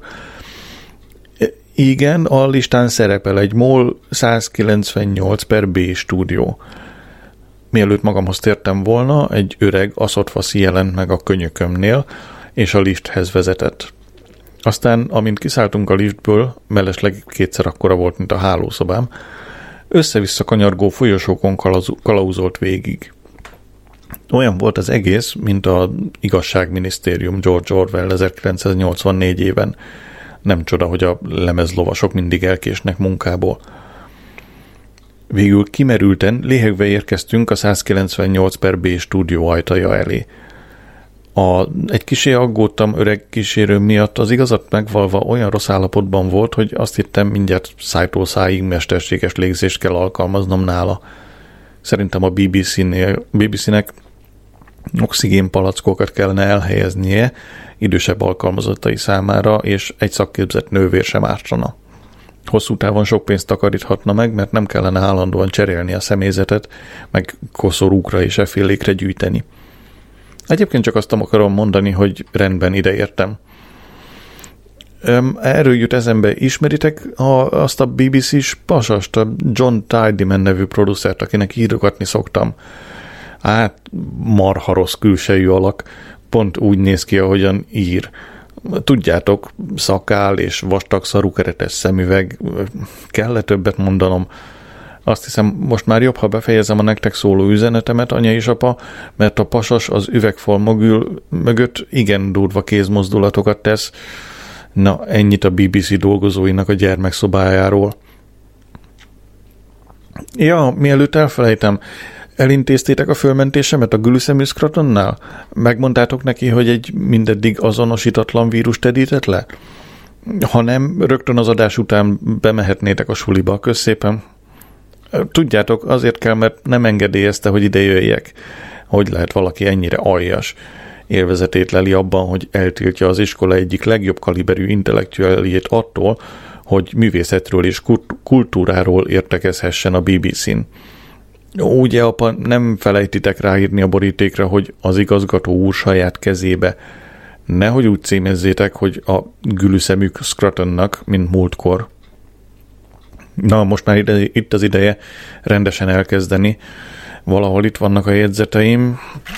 Igen, a listán szerepel egy MOL 198/B stúdió. Mielőtt magamhoz tértem volna, egy öreg aszotfaszi jelent meg a könyökömnél, és a lifthez vezetett. Aztán, amint kiszálltunk a liftből, mellesleg 2-szer akkora volt, mint a hálószobám, össze-vissza kanyargó folyosókon kalauzolt végig. Olyan volt az egész, mint az Igazságminisztérium George Orwell 1984-ében. Nem csoda, hogy a lemezlovasok mindig elkésnek munkából. Végül kimerülten, léhegve érkeztünk a 198/B stúdió ajtaja elé. Egy kissé aggódtam öreg kísérőm miatt, az igazat megvalva olyan rossz állapotban volt, hogy azt hittem, mindjárt szájtól szájig mesterséges légzést kell alkalmaznom nála. Szerintem a BBC-nek oxigénpalackokat kellene elhelyeznie idősebb alkalmazottai számára, és egy szakképzett nővér sem ártana. Hosszú távon sok pénzt takaríthatna meg, mert nem kellene állandóan cserélni a személyzetet, meg koszorúkra és effélékre gyűjteni. Egyébként csak azt akarom mondani, hogy rendben ideértem. Erről jut eszembe, ismeritek azt a BBC-s pasast, a John Tidyman nevű producert, akinek írogatni szoktam? Hát, marha rossz külsejű alak, pont úgy néz ki, ahogyan ír. Tudjátok, szakál és vastag szarúkeretes szemüveg, kell-e többet mondanom? Azt hiszem, most már jobb, ha befejezem a nektek szóló üzenetemet, anya és apa, mert a pasas az üvegfal mögött igen durva kézmozdulatokat tesz. Na, ennyit a BBC dolgozóinak a gyermekszobájáról. Ja, mielőtt elfelejtem, elintéztétek a fölmentésemet a Gülüszemű Scrutonnál? Megmondtátok neki, hogy egy mindeddig azonosítatlan vírus tedített le? Ha nem, rögtön az adás után bemehetnétek a suliba, köszépen. Tudjátok, azért kell, mert nem engedélyezte, hogy ide jöjjek. Hogy lehet valaki ennyire aljas? Élvezetét leli abban, hogy eltiltja az iskola egyik legjobb kaliberű intellektuáljét attól, hogy művészetről és kultúráról értekezhessen a BBC-n. Ugye, apa, nem felejtitek ráírni a borítékra, hogy az igazgató úr saját kezébe. Nehogy úgy címezzétek, hogy a Gülüszemű Scrutonnak, mint múltkor. Na, most már itt az ideje rendesen elkezdeni. Valahol itt vannak a jegyzeteim.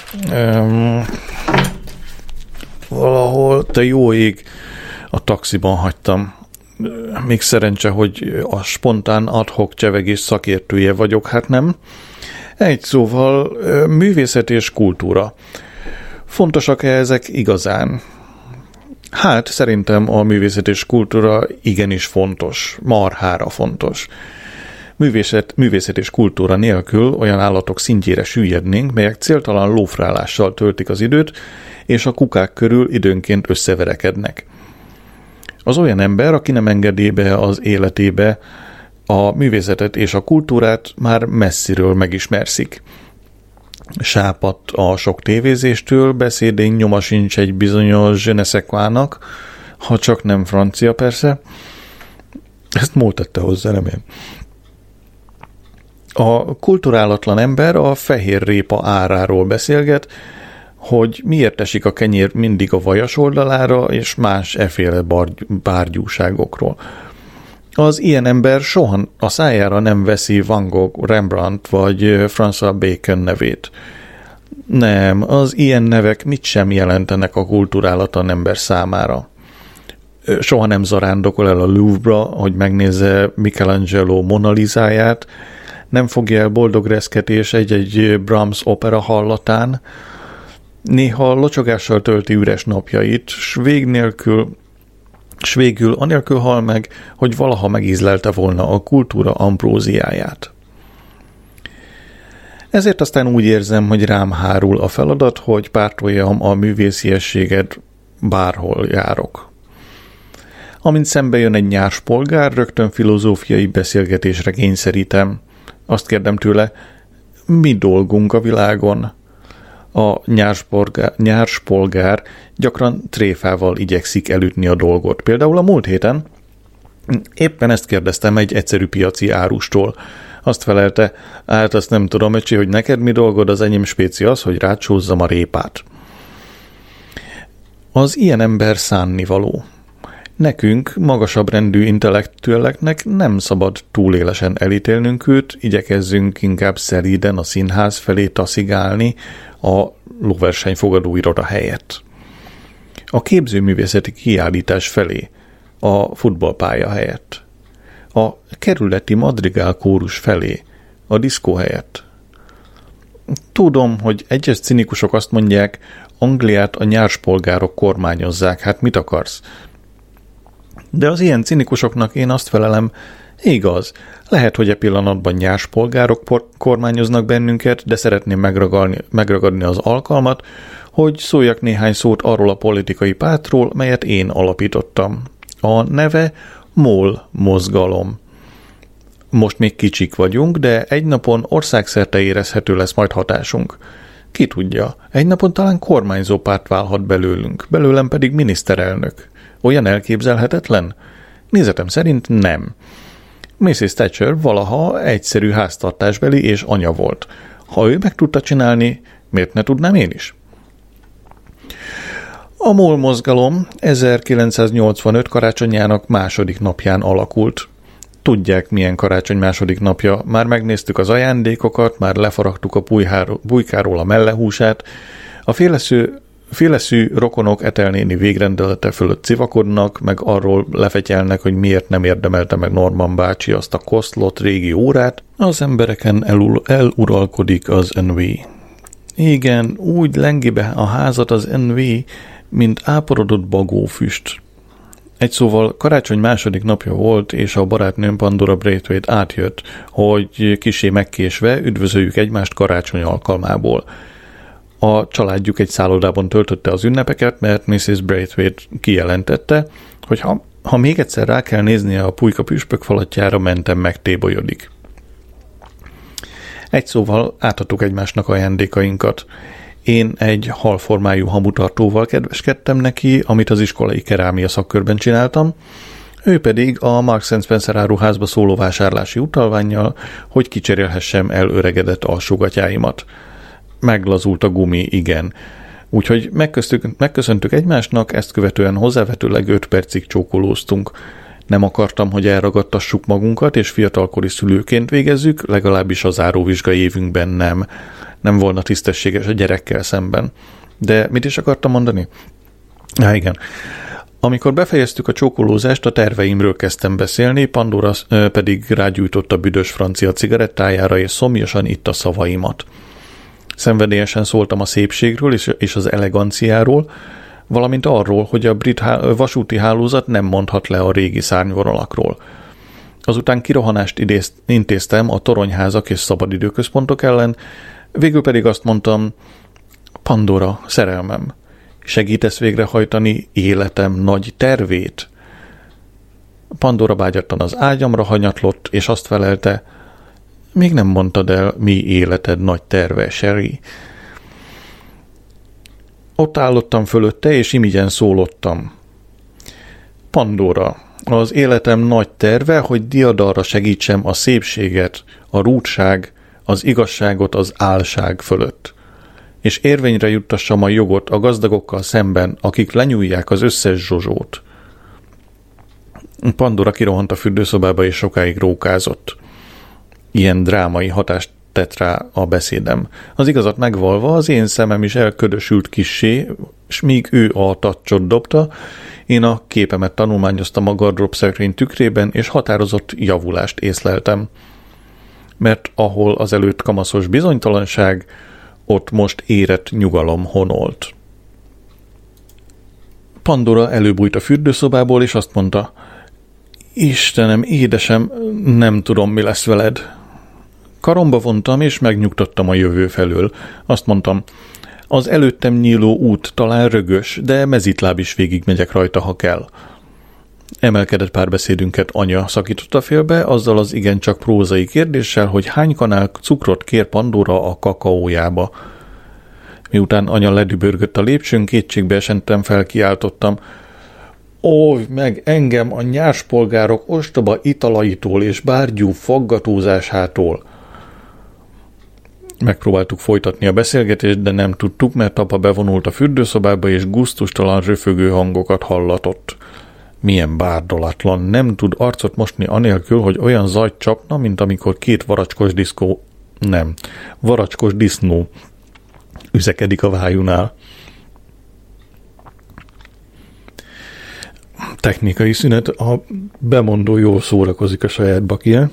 Valahol, te jó ég, a taxiban hagytam. Még szerencse, hogy a spontán ad-hoc csevegés szakértője vagyok, hát nem? Egy szóval, művészet és kultúra. Fontosak-e ezek igazán? Hát szerintem a művészet és kultúra igenis fontos, marhára fontos. Művészet és kultúra nélkül olyan állatok szintjére süllyednénk, melyek céltalan lófrálással töltik az időt, és a kukák körül időnként összeverekednek. Az olyan ember, aki nem engedi be az életébe a művészetet és a kultúrát, már messziről megismerszik. sápadt a sok tévézéstől, beszédénk nyoma sincs egy bizonyos je ne sais quoi-nak, ha csak nem francia persze. Ezt Mól tette hozzá, remélem. A kulturálatlan ember a fehér répa áráról beszélget, hogy miért esik a kenyér mindig a vajas oldalára, és más efféle bárgyúságokról. Az ilyen ember soha a szájára nem veszi Van Gogh, Rembrandt vagy François Bacon nevét. Nem, az ilyen nevek mit sem jelentenek a kulturálatlan ember számára. Soha nem zarándokol el a Louvre-ra, hogy megnézze Michelangelo Mona Lisáját, nem fogja el boldog reszketés egy Brahms opera hallatán, néha locsogással tölti üres napjait, s végül anélkül hal meg, hogy valaha megízlelte volna a kultúra ambróziáját. Ezért aztán úgy érzem, hogy rám hárul a feladat, hogy pártoljam a művésziességet, bárhol járok. Amint szembe jön egy nyárspolgár, rögtön filozófiai beszélgetésre kényszerítem. Azt kérdem tőle, mi dolgunk a világon? A nyárspolgár gyakran tréfával igyekszik elütni a dolgot. Például a múlt héten éppen ezt kérdeztem egy egyszerű piaci árustól. Azt felelte, hát azt nem tudom, öcsi, hogy neked mi dolgod, az enyém spéci az, hogy rácsózzam a répát. Az ilyen ember szánnivaló. Nekünk, magasabb rendű intellektuelleknek nem szabad túlélesen elítélnünk őt, igyekezzünk inkább szelíden a színház felé taszigálni a lóverseny fogadóiroda helyett. A képzőművészeti kiállítás felé, a futballpálya helyett. A kerületi madrigál kórus felé, a diszkó helyett. Tudom, hogy egyes cinikusok azt mondják, Angliát a nyárspolgárok kormányozzák, hát mit akarsz? De az ilyen cinikusoknak én azt felelem, igaz, lehet, hogy e pillanatban nyárspolgárok kormányoznak bennünket, de szeretném megragadni az alkalmat, hogy szóljak néhány szót arról a politikai pártról, melyet én alapítottam. A neve MOL mozgalom. Most még kicsik vagyunk, de egy napon országszerte érezhető lesz majd hatásunk. Ki tudja, egy napon talán kormányzó párt válhat belőlem pedig miniszterelnök. Olyan elképzelhetetlen? Nézetem szerint nem. Mrs. Thatcher valaha egyszerű háztartásbeli és anya volt. Ha ő meg tudta csinálni, miért ne tudnám én is? A MOL mozgalom 1985 karácsonyának második napján alakult. Tudják, milyen karácsony második napja. Már megnéztük az ajándékokat, már lefaragtuk a bujkáról a mellehúsát. A féleszű rokonok Etelnéni végrendelete fölött civakodnak, meg arról lefetyelnek, hogy miért nem érdemelte meg Norman bácsi azt a koszlott régi órát. Az embereken eluralkodik az NV. Igen, úgy lengi be a házat az NV, mint áporodott bagófüst. Egy szóval karácsony második napja volt, és a barátnőm Pandora Braithwaite átjött, hogy kissé megkésve üdvözöljük egymást karácsony alkalmából. A családjuk egy szállodában töltötte az ünnepeket, mert Mrs. Braithwaite kijelentette, hogy ha még egyszer rá kell néznie a pulyka püspök falatjára, mentem megtébolyodik. Egy szóval átadtuk egymásnak ajándékainkat. Én egy halformájú hamutartóval kedveskedtem neki, amit az iskolai kerámia szakkörben csináltam, ő pedig a Marks & Spencer áruházba szóló vásárlási utalvánnyal, hogy kicserélhessem elöregedett alsógatyáimat. Meglazult a gumi, igen. Úgyhogy megköszöntük egymásnak, ezt követően hozzávetőleg 5 percig csókolóztunk. Nem akartam, hogy elragadtassuk magunkat, és fiatalkori szülőként végezzük, legalábbis a záróvizsgai évünkben nem. Nem volna tisztességes a gyerekkel szemben. De mit is akartam mondani? Igen. Amikor befejeztük a csókolózást, a terveimről kezdtem beszélni, Pandora pedig rágyújtott a büdös francia cigarettájára, és szomjasan itta szavaimat. Szenvedélyesen szóltam a szépségről és az eleganciáról, valamint arról, hogy a brit vasúti hálózat nem mondhat le a régi szárnyvonalakról. Azután kirohanást intéztem a toronyházak és szabadidőközpontok ellen, végül pedig azt mondtam, Pandora, szerelmem, segítesz végrehajtani életem nagy tervét? Pandora bágyattan az ágyamra hanyatlott, és azt felelte, Még nem mondtad el, mi életed nagy terve, Sherry. Ott állottam fölötte, és imigyen szólottam. Pandora, az életem nagy terve, hogy diadalra segítsem a szépséget, a rúdság, az igazságot az álság fölött, és érvényre juttassam a jogot a gazdagokkal szemben, akik lenyúlják az összes zsozsót. Pandora kirohant a fürdőszobába, és sokáig rókázott. Ilyen drámai hatást tett rá a beszédem. Az igazat megvalva, az én szemem is elködösült kissé, s míg ő a tacsot dobta, én a képemet tanulmányoztam a gardrób szekrény tükrében, és határozott javulást észleltem. Mert ahol azelőtt kamaszos bizonytalanság, ott most érett nyugalom honolt. Pandora előbújt a fürdőszobából, és azt mondta, Istenem, édesem, nem tudom, mi lesz veled. Karomba vontam, és megnyugtattam a jövő felől. Azt mondtam, az előttem nyíló út talán rögös, de mezitláb is végigmegyek rajta, ha kell. Emelkedett párbeszédünket anya szakította félbe, azzal az igencsak prózai kérdéssel, hogy hány kanál cukrot kér Pandora a kakaójába. Miután anya ledübörgött a lépcsőn, kétségbe esetten felkiáltottam, óvj meg engem a nyárspolgárok ostoba italaitól és bárgyú faggatózásától. Megpróbáltuk folytatni a beszélgetést, de nem tudtuk, mert apa bevonult a fürdőszobába, és gusztustalan röfögő hangokat hallatott. Milyen bárdolatlan, nem tud arcot mosni anélkül, hogy olyan zajt csapna, mint amikor két varacskos disznó üzekedik a vájúnál. Technikai szünet, a bemondó jól szórakozik a saját bakiján.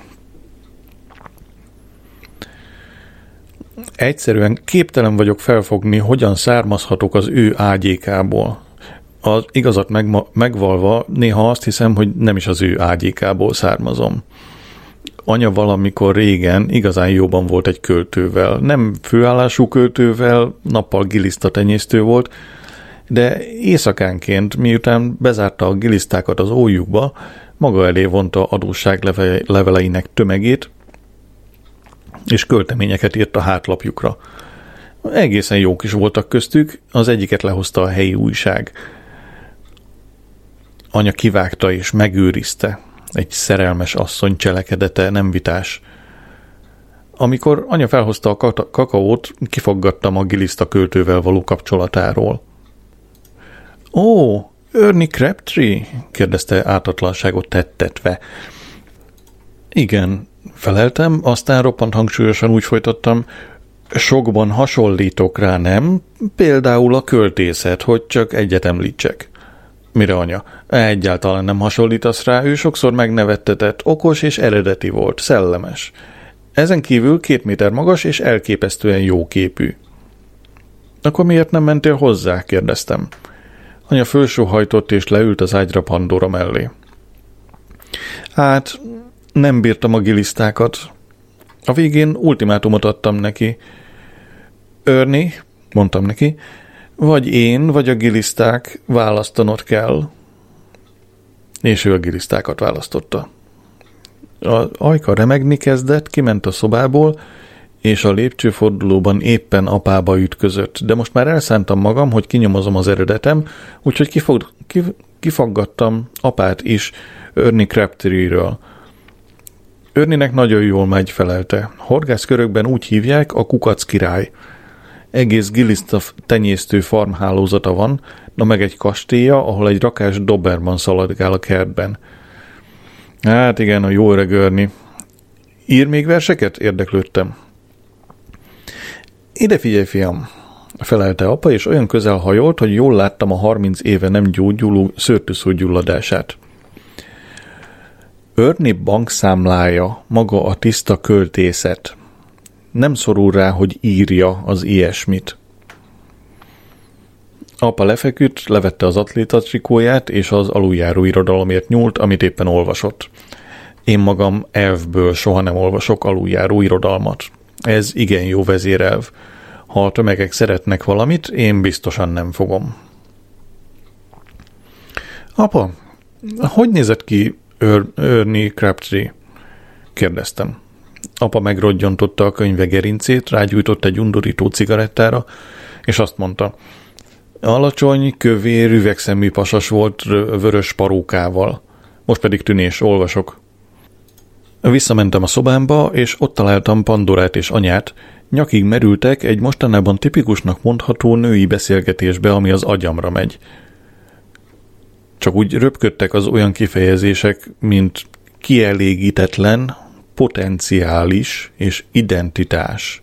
Egyszerűen képtelen vagyok felfogni, hogyan származhatok az ő ágyékából. Az igazat megvalva néha azt hiszem, hogy nem is az ő ágyékából származom. Anya valamikor régen igazán jóban volt egy költővel. Nem főállású költővel, nappal gilisztatenyésztő volt, de éjszakánként, miután bezárta a gilisztákat az ójukba, maga elé vonta adósságleveleinek tömegét, és költeményeket írt a hátlapjukra. Egészen jók is voltak köztük, az egyiket lehozta a helyi újság. Anya kivágta és megőrizte. Egy szerelmes asszony cselekedete, nem vitás. Amikor anya felhozta a kakaót, kifaggattam a giliszta költővel való kapcsolatáról. Ó, Ernie Crabtree? Kérdezte ártatlanságot tettetve. Igen, feleltem, aztán roppant hangsúlyosan úgy folytattam, sokban hasonlítok rá, nem? Például a költészet, hogy csak egyet említsek. Mire anya? Egyáltalán nem hasonlítasz rá, ő sokszor megnevettetett, okos és eredeti volt, szellemes. Ezen kívül 2 méter magas és elképesztően jóképű. Akkor miért nem mentél hozzá? Kérdeztem. Anya fölsóhajtott és leült az ágyra Pandora mellé. Hát, nem bírtam a gilisztákat. A végén ultimátumot adtam neki. Ernie, mondtam neki, vagy én, vagy a giliszták, választanod kell. És ő a gilisztákat választotta. Az ajka remegni kezdett, kiment a szobából, és a lépcsőfordulóban éppen apába ütközött, de most már elszántam magam, hogy kinyomozom az eredetem, úgyhogy kifaggattam apát is Ernie Crabtree-ről. Ernie-nek nagyon jól megy, felelte. Horgászkörökben úgy hívják, a kukac király. Egész giliszta tenyésztő farmhálózata van, na meg egy kastélya, ahol egy rakás doberman szaladgál a kertben. Hát igen, a jó öreg Ernie. Ír még verseket? Érdeklődtem. Ide figyelj, fiam, felelte apa, és olyan közel hajolt, hogy jól láttam a 30 éve nem gyógyuló szőrtűszúgyulladását. Ernie bankszámlája maga a tiszta költészet. Nem szorul rá, hogy írja az ilyesmit. Apa lefeküdt, levette az atlétatrikóját, és az aluljáró irodalomért nyúlt, amit éppen olvasott. Én magam elvből soha nem olvasok aluljáró irodalmat. Ez igen jó vezérelv. Ha a tömegek szeretnek valamit, én biztosan nem fogom. Apa, hogy nézett ki Ernie Crabtree? Kérdeztem. Apa megrodjantotta a könyve gerincét, rágyújtott egy undorító cigarettára, és azt mondta: alacsony, kövér, üvegszemű pasas volt vörös parókával. Most pedig tűnés, olvasok. Visszamentem a szobámba, és ott találtam Pandorát és anyát, nyakig merültek egy mostanában tipikusnak mondható női beszélgetésbe, ami az agyamra megy. Csak úgy röpködtek az olyan kifejezések, mint kielégítetlen, potenciális és identitás.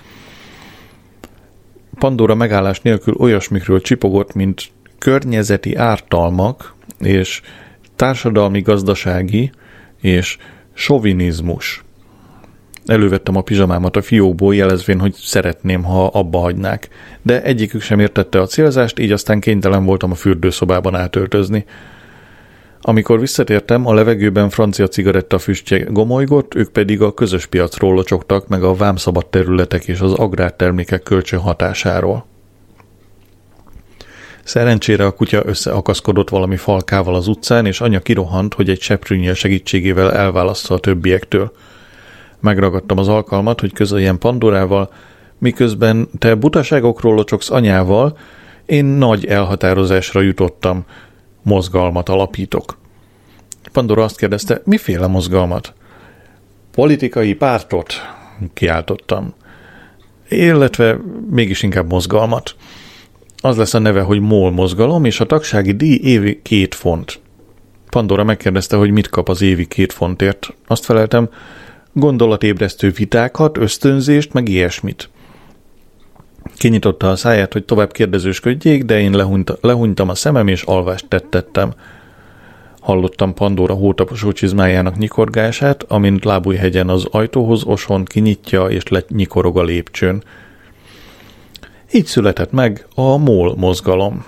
Pandora megállás nélkül olyasmikről csipogott, mint környezeti ártalmak és társadalmi-gazdasági és sovinizmus. Elővettem a pizsamámat a fiókból, jelezvén, hogy szeretném, ha abba hagynák, de egyikük sem értette a célzást, így aztán kénytelen voltam a fürdőszobában átöltözni. Amikor visszatértem, a levegőben francia cigaretta füstje gomolygott, ők pedig a közös piacról locsogtak, meg a vámszabad területek és az agrártermékek kölcsön hatásáról. Szerencsére a kutya összeakaszkodott valami falkával az utcán, és anya kirohant, hogy egy seprűnnyel segítségével elválassza a többiektől. Megragadtam az alkalmat, hogy közöljem Pandorával, miközben te butaságokról locsogsz anyával, én nagy elhatározásra jutottam. Mozgalmat alapítok. Pandora azt kérdezte, miféle mozgalmat? Politikai pártot, kiáltottam. Illetve mégis inkább mozgalmat. Az lesz a neve, hogy MOL mozgalom, és a tagsági díj évi 2 font. Pandora megkérdezte, hogy mit kap az évi 2 fontért. Azt feleltem, gondolatébresztő vitákat, ösztönzést, meg ilyesmit. Kinyitotta a száját, hogy tovább kérdezősködjék, de én lehúnytam a szemem, és alvást tettettem. Hallottam Pandora hótaposó csizmájának nyikorgását, amint Lábújhegyen az ajtóhoz oson kinyitja, és lenyikorog a lépcsőn. Így született meg a MOL mozgalom.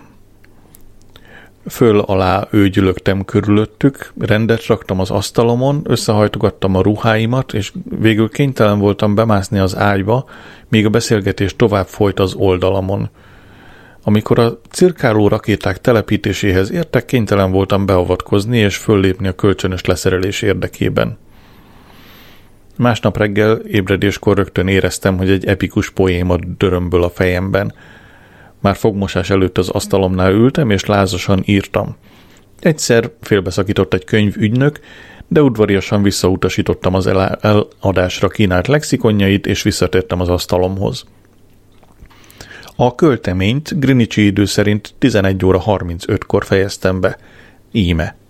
Föl-alá őgyülögtem körülöttük, rendet raktam az asztalomon, összehajtogattam a ruháimat, és végül kénytelen voltam bemászni az ágyba, míg a beszélgetés tovább folyt az oldalamon. Amikor a cirkáló rakéták telepítéséhez értek, kénytelen voltam beavatkozni és föllépni a kölcsönös leszerelés érdekében. Másnap reggel ébredéskor rögtön éreztem, hogy egy epikus poéma dörömböl a fejemben. Már fogmosás előtt az asztalomnál ültem, és lázasan írtam. Egyszer félbeszakított egy könyvügynök, de udvariasan visszautasítottam az eladásra kínált lexikonjait, és visszatértem az asztalomhoz. A költeményt Greenwichi idő szerint 11 óra 35-kor fejeztem be. Íme.